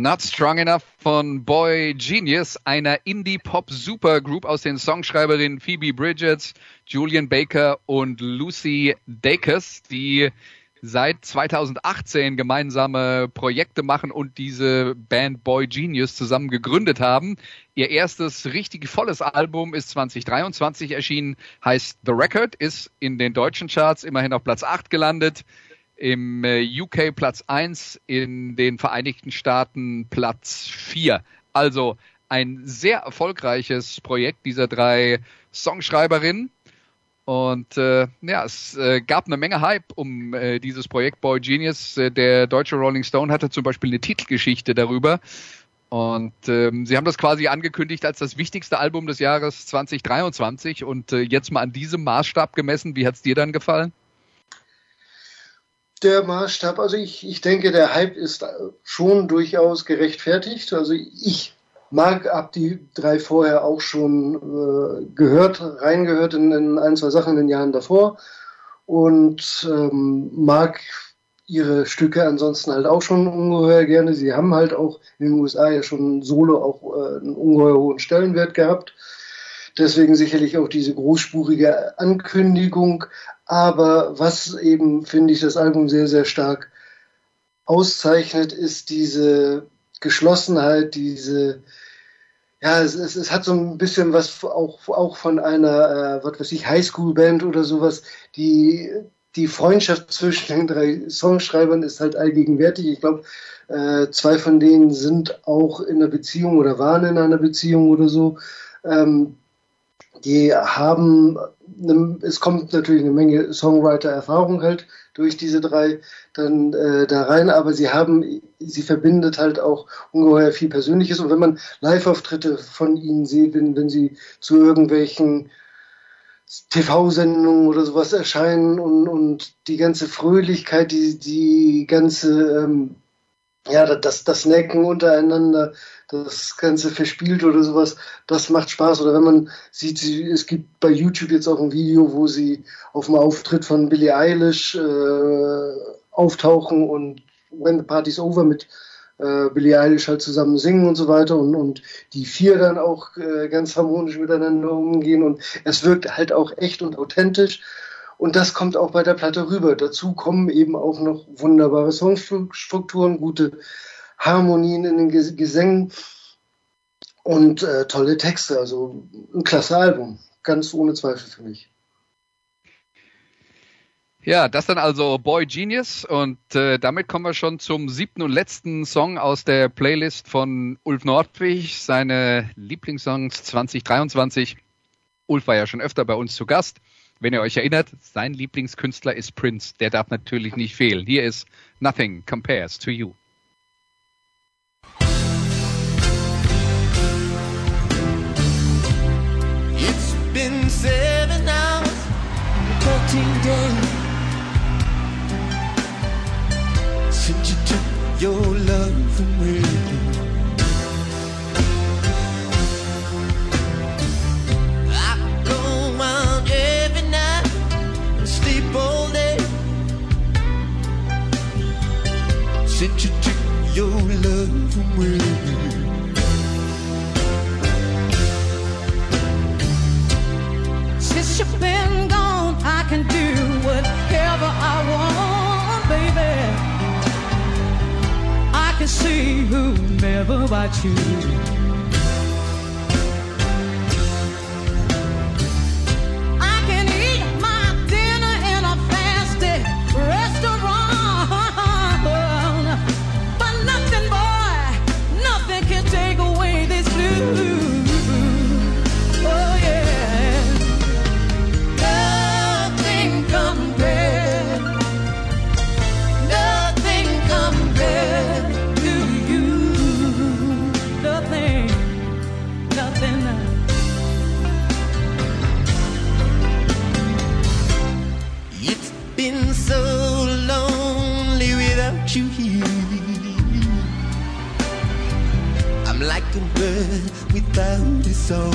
Not Strong Enough von Boy Genius, einer Indie-Pop-Supergroup aus den Songschreiberinnen Phoebe Bridgers, Julian Baker und Lucy Dacus, die seit 2018 gemeinsame Projekte machen und diese Band Boy Genius zusammen gegründet haben. Ihr erstes richtig volles Album ist 2023 erschienen, heißt The Record, ist in den deutschen Charts immerhin auf Platz 8 gelandet. Im UK Platz 1, in den Vereinigten Staaten Platz 4. Also ein sehr erfolgreiches Projekt dieser 3 Songschreiberinnen. Und es gab eine Menge Hype um dieses Projekt Boy Genius. Der deutsche Rolling Stone hatte zum Beispiel eine Titelgeschichte darüber. Und sie haben das quasi angekündigt als das wichtigste Album des Jahres 2023. Und jetzt mal an diesem Maßstab gemessen, wie hat's dir dann gefallen? Der Maßstab, also ich denke, der Hype ist schon durchaus gerechtfertigt. Also ich hab die 3 vorher auch schon reingehört in 1, 2 Sachen in den Jahren davor und mag ihre Stücke ansonsten halt auch schon ungeheuer gerne. Sie haben halt auch in den USA ja schon solo auch einen ungeheuer hohen Stellenwert gehabt. Deswegen sicherlich auch diese großspurige Ankündigung. Aber was eben, finde ich, das Album sehr, sehr stark auszeichnet, ist diese Geschlossenheit, es hat so ein bisschen was auch von einer, Highschool-Band oder sowas. Die Freundschaft zwischen den 3 Songschreibern ist halt allgegenwärtig. Ich glaube, 2 von denen sind auch in einer Beziehung oder waren in einer Beziehung oder so. Die haben, es kommt natürlich eine Menge Songwriter-Erfahrung halt durch diese 3 dann da rein, aber sie verbindet halt auch ungeheuer viel Persönliches. Und wenn man Live-Auftritte von ihnen sieht, wenn sie zu irgendwelchen TV-Sendungen oder sowas erscheinen und die ganze Fröhlichkeit, die ganze das Necken untereinander, das ganze verspielt oder sowas, das macht Spaß. Oder wenn man sieht, es gibt bei YouTube jetzt auch ein Video, wo sie auf dem Auftritt von Billie Eilish auftauchen und When the Party's Over mit Billie Eilish halt zusammen singen und so weiter und die 4 dann auch ganz harmonisch miteinander umgehen und es wirkt halt auch echt und authentisch. Und das kommt auch bei der Platte rüber. Dazu kommen eben auch noch wunderbare Songstrukturen, gute Harmonien in den Gesängen und tolle Texte. Also ein klasse Album. Ganz ohne Zweifel für mich. Ja, das dann also Boy Genius und damit kommen wir schon zum 7. und letzten Song aus der Playlist von Ulf Nordwig, seine Lieblingssongs 2023. Ulf war ja schon öfter bei uns zu Gast. Wenn ihr euch erinnert, sein Lieblingskünstler ist Prince. Der darf natürlich nicht fehlen. Hier ist Nothing Compares to You. It's been 7 hours, 14 days since you took your love from me. I go around every night and sleep all day since you took your love from me. Since you've been gone, I can do whatever I want, baby. I can see whomever I choose. I can eat my dinner in a fancy restaurant, but nothing, boy, nothing can take away this blues. Oh yeah. Nothing compares to you. Nothing. It's been so lonely without you here. I'm like a bird without a soul.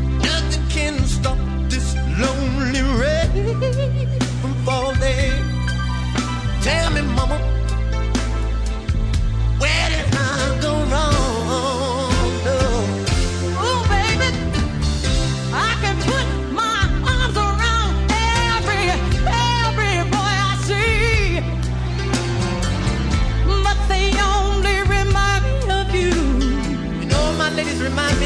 Nothing can stop this lonely rain from falling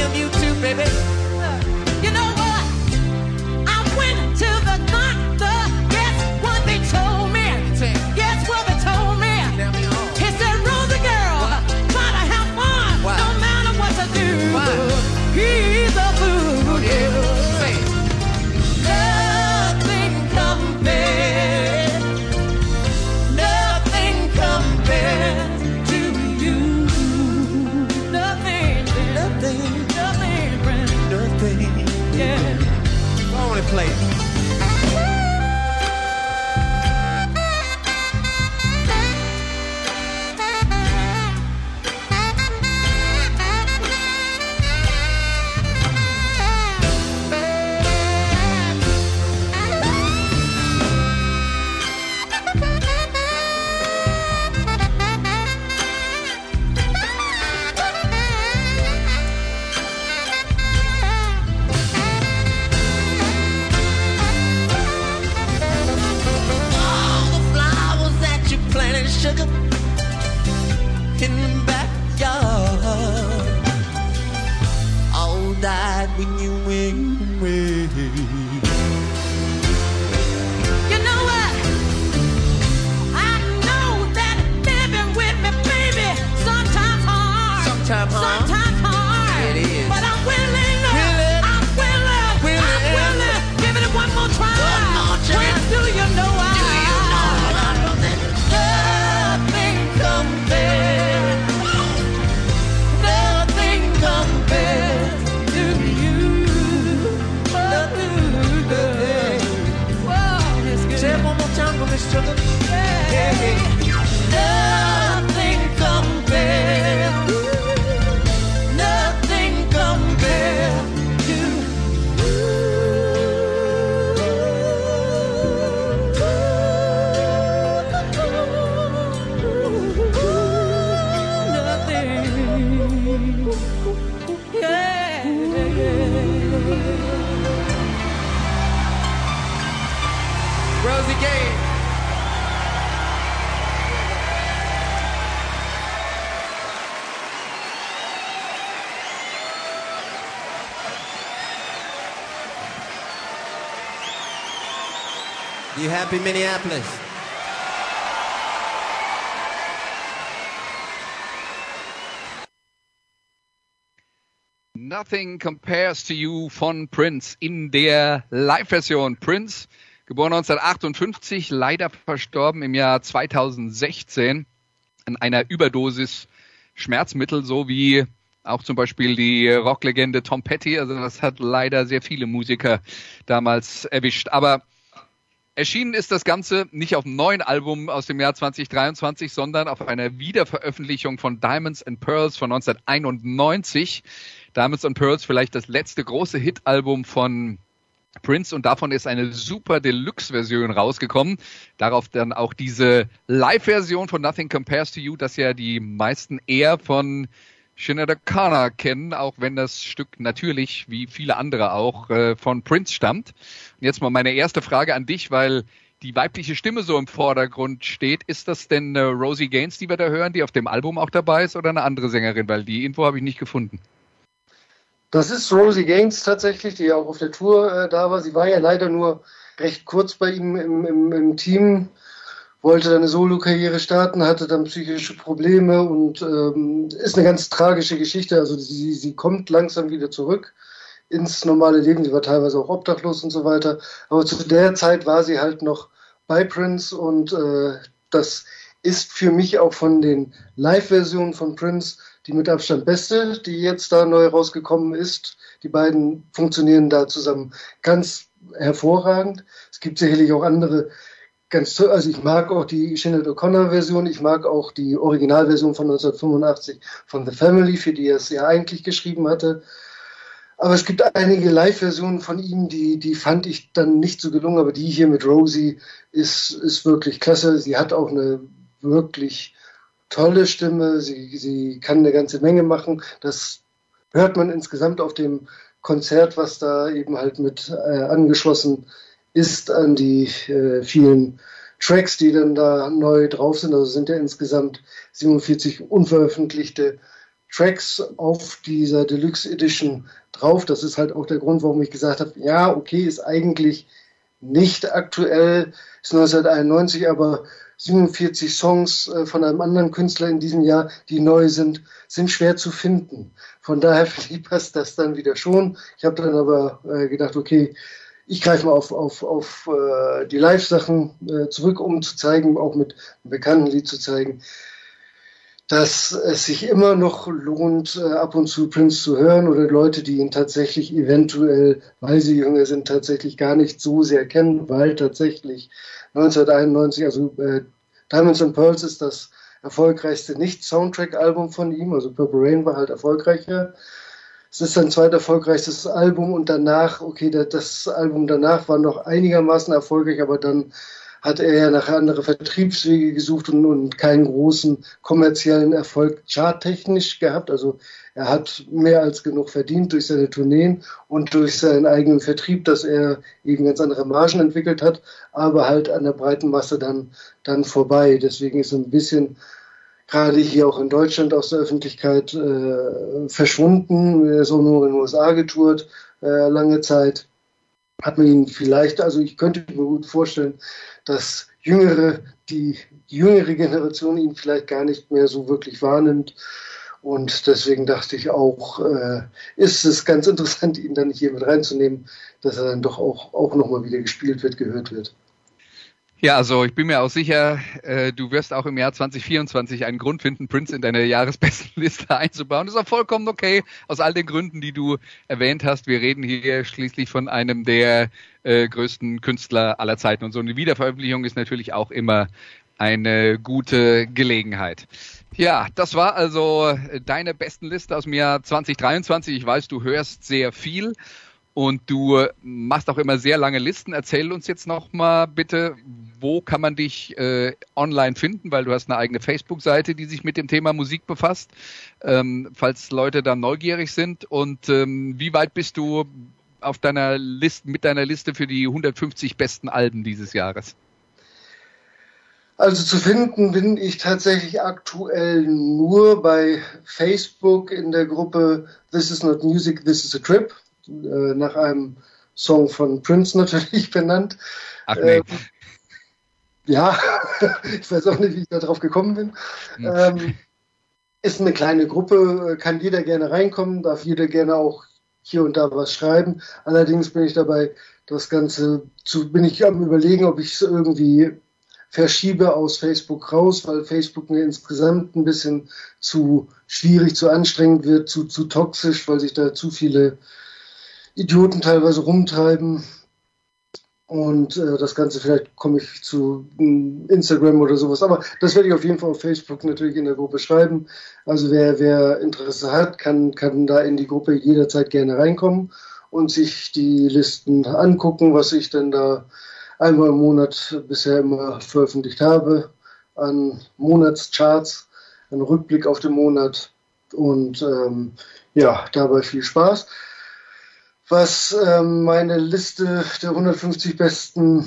him, you too, baby. You know what? I went to the doctor. Guess what they told me? Guess what they told me? He said, Rosie girl, try to have fun, no matter what to do. He's a fool. Nothing compares. Nothing compares to you. Nothing, friend. Nothing. Yeah. I want to play it. All the flowers that you planted, sugar, in the backyard, all died when you went away. You know what? I know that living with me, baby, sometimes hard. Sometimes hard. Sometimes hard. It is. But I'm willing. Willing. I'm willing. Willing. I'm willing. Give it one more try. One more try. When do you know I? Nothing compares. Nothing compares to you. Whoa, it's good. Say it one more time for me, sugar. Hey. Nothing compares. Nothing compares to nothing. Yeah. Rosie Gaines. You happy, Minneapolis? Nothing Compares to You von Prince in der Live-Version. Prince, geboren 1958, leider verstorben im Jahr 2016 an einer Überdosis Schmerzmittel, so wie auch zum Beispiel die Rocklegende Tom Petty. Also das hat leider sehr viele Musiker damals erwischt. Aber erschienen ist das Ganze nicht auf einem neuen Album aus dem Jahr 2023, sondern auf einer Wiederveröffentlichung von Diamonds and Pearls von 1991. Diamonds and Pearls, vielleicht das letzte große Hit-Album von Prince, und davon ist eine super Deluxe-Version rausgekommen. Darauf dann auch diese Live-Version von Nothing Compares to You, das ja die meisten eher von Sinead O'Connor kennen, auch wenn das Stück natürlich, wie viele andere auch, von Prince stammt. Und jetzt mal meine erste Frage an dich, weil die weibliche Stimme so im Vordergrund steht. Ist das denn Rosie Gaines, die wir da hören, die auf dem Album auch dabei ist, oder eine andere Sängerin? Weil die Info habe ich nicht gefunden. Das ist Rosie Gaines tatsächlich, die auch auf der Tour da war. Sie war ja leider nur recht kurz bei ihm im Team, wollte dann eine Solo-Karriere starten, hatte dann psychische Probleme und ist eine ganz tragische Geschichte. Also sie kommt langsam wieder zurück ins normale Leben. Sie war teilweise auch obdachlos und so weiter. Aber zu der Zeit war sie halt noch bei Prince, und das ist für mich auch von den Live-Versionen von Prince die mit Abstand beste, die jetzt da neu rausgekommen ist. Die beiden funktionieren da zusammen ganz hervorragend. Es gibt sicherlich auch andere ganz toll. Also ich mag auch die Sinead O'Connor-Version, ich mag auch die Originalversion von 1985 von The Family, für die er es ja eigentlich geschrieben hatte. Aber es gibt einige Live-Versionen von ihm, die fand ich dann nicht so gelungen, aber die hier mit Rosie ist wirklich klasse. Sie hat auch eine wirklich tolle Stimme, sie kann eine ganze Menge machen. Das hört man insgesamt auf dem Konzert, was da eben halt mit angeschlossen ist an die vielen Tracks, die dann da neu drauf sind. Also sind ja insgesamt 47 unveröffentlichte Tracks auf dieser Deluxe Edition drauf. Das ist halt auch der Grund, warum ich gesagt habe, ja, okay, ist eigentlich nicht aktuell, ist 1991, aber 47 Songs von einem anderen Künstler in diesem Jahr, die neu sind schwer zu finden. Von daher finde ich, passt das dann wieder schon. Ich habe dann aber gedacht, okay, ich greife mal auf die Live-Sachen zurück, um zu zeigen, auch mit einem bekannten Lied zu zeigen, dass es sich immer noch lohnt, ab und zu Prince zu hören oder Leute, die ihn tatsächlich eventuell, weil sie jünger sind, tatsächlich gar nicht so sehr kennen, weil tatsächlich 1991, also Diamonds and Pearls ist das erfolgreichste Nicht-Soundtrack-Album von ihm, also Purple Rain war halt erfolgreicher. Es ist sein zweiterfolgreichstes Album und danach, okay, das Album danach war noch einigermaßen erfolgreich, aber dann hat er ja nachher andere Vertriebswege gesucht und keinen großen kommerziellen Erfolg charttechnisch gehabt. Also er hat mehr als genug verdient durch seine Tourneen und durch seinen eigenen Vertrieb, dass er eben ganz andere Margen entwickelt hat, aber halt an der breiten Masse dann vorbei. Deswegen ist so ein bisschen gerade hier auch in Deutschland aus der Öffentlichkeit verschwunden. Er ist auch nur in den USA getourt, lange Zeit. Hat man ihn vielleicht, also ich könnte mir gut vorstellen, dass die jüngere Generation ihn vielleicht gar nicht mehr so wirklich wahrnimmt. Und deswegen dachte ich auch, ist es ganz interessant, ihn dann hier mit reinzunehmen, dass er dann doch auch nochmal wieder gespielt wird, gehört wird. Ja, also ich bin mir auch sicher, du wirst auch im Jahr 2024 einen Grund finden, Prince in deine Jahresbestenliste einzubauen. Das ist auch vollkommen okay, aus all den Gründen, die du erwähnt hast. Wir reden hier schließlich von einem der größten Künstler aller Zeiten. Und so eine Wiederveröffentlichung ist natürlich auch immer eine gute Gelegenheit. Ja, das war also deine Bestenliste aus dem Jahr 2023. Ich weiß, du hörst sehr viel. Und du machst auch immer sehr lange Listen. Erzähl uns jetzt noch mal bitte, wo kann man dich online finden, weil du hast eine eigene Facebook-Seite, die sich mit dem Thema Musik befasst, falls Leute da neugierig sind. Und wie weit bist du auf deiner Liste, mit deiner Liste für die 150 besten Alben dieses Jahres? Also zu finden bin ich tatsächlich aktuell nur bei Facebook in der Gruppe This is not music, this is a trip. Nach einem Song von Prince natürlich benannt. Ach nee. Ja, ich weiß auch nicht, wie ich da drauf gekommen bin. Ist eine kleine Gruppe, kann jeder gerne reinkommen, darf jeder gerne auch hier und da was schreiben. Allerdings bin ich dabei, bin ich am Überlegen, ob ich es irgendwie verschiebe aus Facebook raus, weil Facebook mir insgesamt ein bisschen zu schwierig, zu anstrengend wird, zu toxisch, weil sich da zu viele Idioten teilweise rumtreiben und das Ganze, vielleicht komme ich zu Instagram oder sowas, aber das werde ich auf jeden Fall auf Facebook natürlich in der Gruppe schreiben. Also wer Interesse hat, kann da in die Gruppe jederzeit gerne reinkommen und sich die Listen angucken, was ich denn da einmal im Monat bisher immer veröffentlicht habe an Monatscharts, einen Rückblick auf den Monat und dabei viel Spaß. Was meine Liste der 150 besten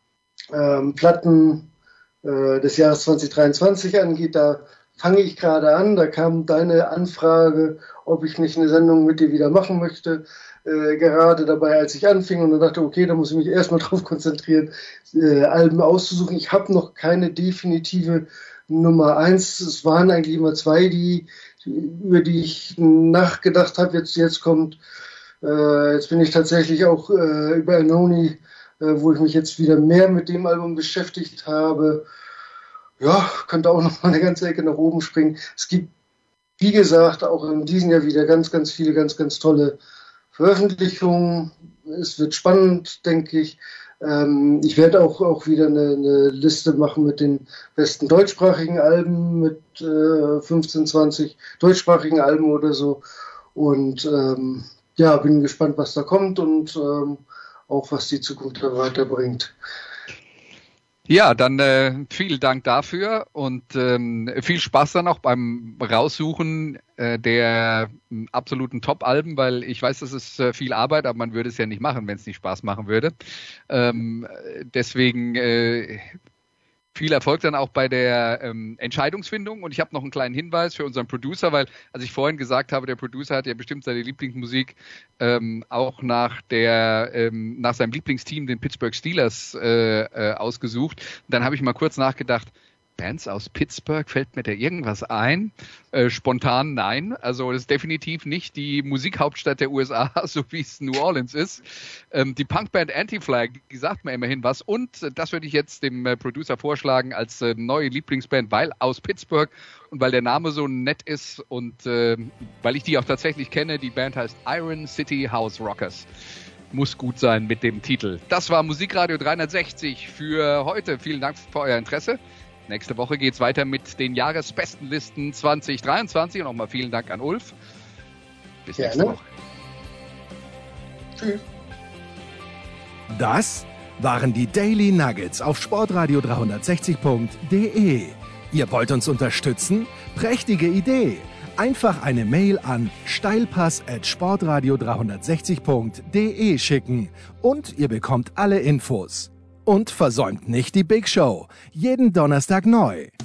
Platten des Jahres 2023 angeht, da fange ich gerade an. Da kam deine Anfrage, ob ich nicht eine Sendung mit dir wieder machen möchte, gerade dabei, als ich anfing. Und dann dachte, okay, da muss ich mich erstmal drauf konzentrieren, Alben auszusuchen. Ich habe noch keine definitive Nummer 1. Es waren eigentlich immer zwei, über die ich nachgedacht habe. Jetzt kommt jetzt bin ich tatsächlich auch über Anoni, wo ich mich jetzt wieder mehr mit dem Album beschäftigt habe. Ja, könnte auch noch mal eine ganze Ecke nach oben springen. Es gibt, wie gesagt, auch in diesem Jahr wieder ganz, ganz viele, ganz, ganz tolle Veröffentlichungen. Es wird spannend, denke ich. Ich werde auch wieder eine Liste machen mit den besten deutschsprachigen Alben, mit 15, 20 deutschsprachigen Alben oder so. Und bin gespannt, was da kommt und auch was die Zukunft da weiterbringt. Ja, dann vielen Dank dafür und viel Spaß dann auch beim Raussuchen der absoluten Top-Alben, weil ich weiß, das ist viel Arbeit, aber man würde es ja nicht machen, wenn es nicht Spaß machen würde. Deswegen Viel Erfolg dann auch bei der Entscheidungsfindung. Und ich habe noch einen kleinen Hinweis für unseren Producer, weil, als ich vorhin gesagt habe, der Producer hat ja bestimmt seine Lieblingsmusik auch nach seinem Lieblingsteam, den Pittsburgh Steelers, ausgesucht. Und dann habe ich mal kurz nachgedacht, Bands aus Pittsburgh, fällt mir da irgendwas ein? Spontan nein. Also das ist definitiv nicht die Musikhauptstadt der USA, so wie es New Orleans ist. Die Punkband Anti-Flag, die sagt mir immerhin was. Und das würde ich jetzt dem Producer vorschlagen als neue Lieblingsband, weil aus Pittsburgh und weil der Name so nett ist und weil ich die auch tatsächlich kenne. Die Band heißt Iron City House Rockers. Muss gut sein mit dem Titel. Das war Musikradio 360 für heute. Vielen Dank für euer Interesse. Nächste Woche geht's weiter mit den Jahresbestenlisten 2023 und nochmal vielen Dank an Ulf. Bis nächste Woche. Tschüss. Das waren die Daily Nuggets auf sportradio360.de. Ihr wollt uns unterstützen? Prächtige Idee! Einfach eine Mail an steilpass@sportradio360.de schicken und ihr bekommt alle Infos. Und versäumt nicht die Big Show. Jeden Donnerstag neu.